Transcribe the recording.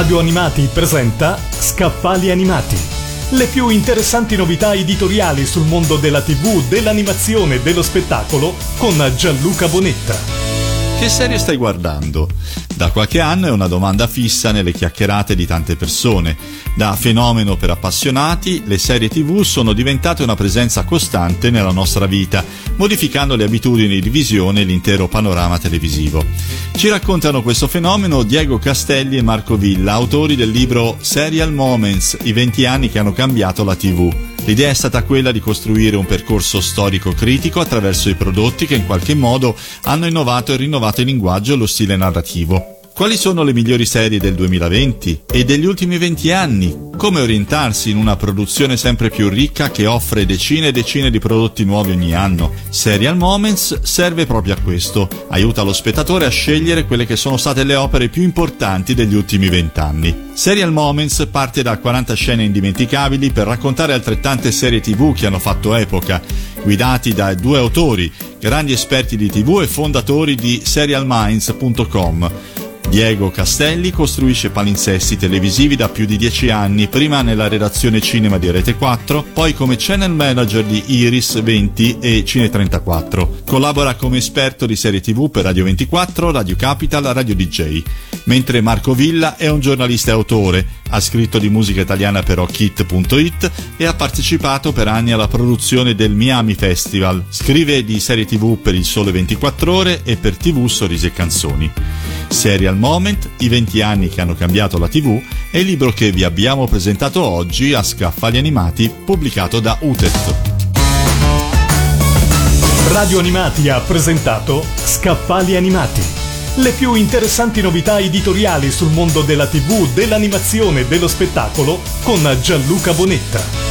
Radio Animati presenta Scaffali Animati. Le più interessanti novità editoriali sul mondo della TV, dell'animazione e dello spettacolo con Gianluca Bonetta. Che serie stai guardando? Da qualche anno è una domanda fissa nelle chiacchierate di tante persone. Da fenomeno per appassionati, le serie TV sono diventate una presenza costante nella nostra vita, modificando le abitudini di visione e l'intero panorama televisivo. Ci raccontano questo fenomeno Diego Castelli e Marco Villa, autori del libro Serial Moments, i 20 anni che hanno cambiato la TV. L'idea è stata quella di costruire un percorso storico-critico attraverso i prodotti che in qualche modo hanno innovato e rinnovato il linguaggio e lo stile narrativo. Quali sono le migliori serie del 2020 e degli ultimi 20 anni? Come orientarsi in una produzione sempre più ricca che offre decine e decine di prodotti nuovi ogni anno? Serial Moments serve proprio a questo, aiuta lo spettatore a scegliere quelle che sono state le opere più importanti degli ultimi 20 anni. Serial Moments parte da 40 scene indimenticabili per raccontare altrettante serie TV che hanno fatto epoca, guidati da due autori, grandi esperti di TV e fondatori di serialminds.com. Diego Castelli costruisce palinsesti televisivi da più di 10 anni, prima nella redazione cinema di Rete 4, poi come channel manager di Iris 20 e Cine34. Collabora come esperto di serie TV per Radio 24, Radio Capital, Radio DJ. Mentre Marco Villa è un giornalista e autore, ha scritto di musica italiana per Rockit.it e ha partecipato per anni alla produzione del Miami Festival. Scrive di serie TV per Il Sole 24 Ore e per TV Sorrisi e Canzoni. Serial Moment, i 20 anni che hanno cambiato la TV, è il libro che vi abbiamo presentato oggi a Scaffali Animati, pubblicato da Utet. Radio Animati ha presentato Scaffali Animati. Le più interessanti novità editoriali sul mondo della TV, dell'animazione e dello spettacolo con Gianluca Bonetta.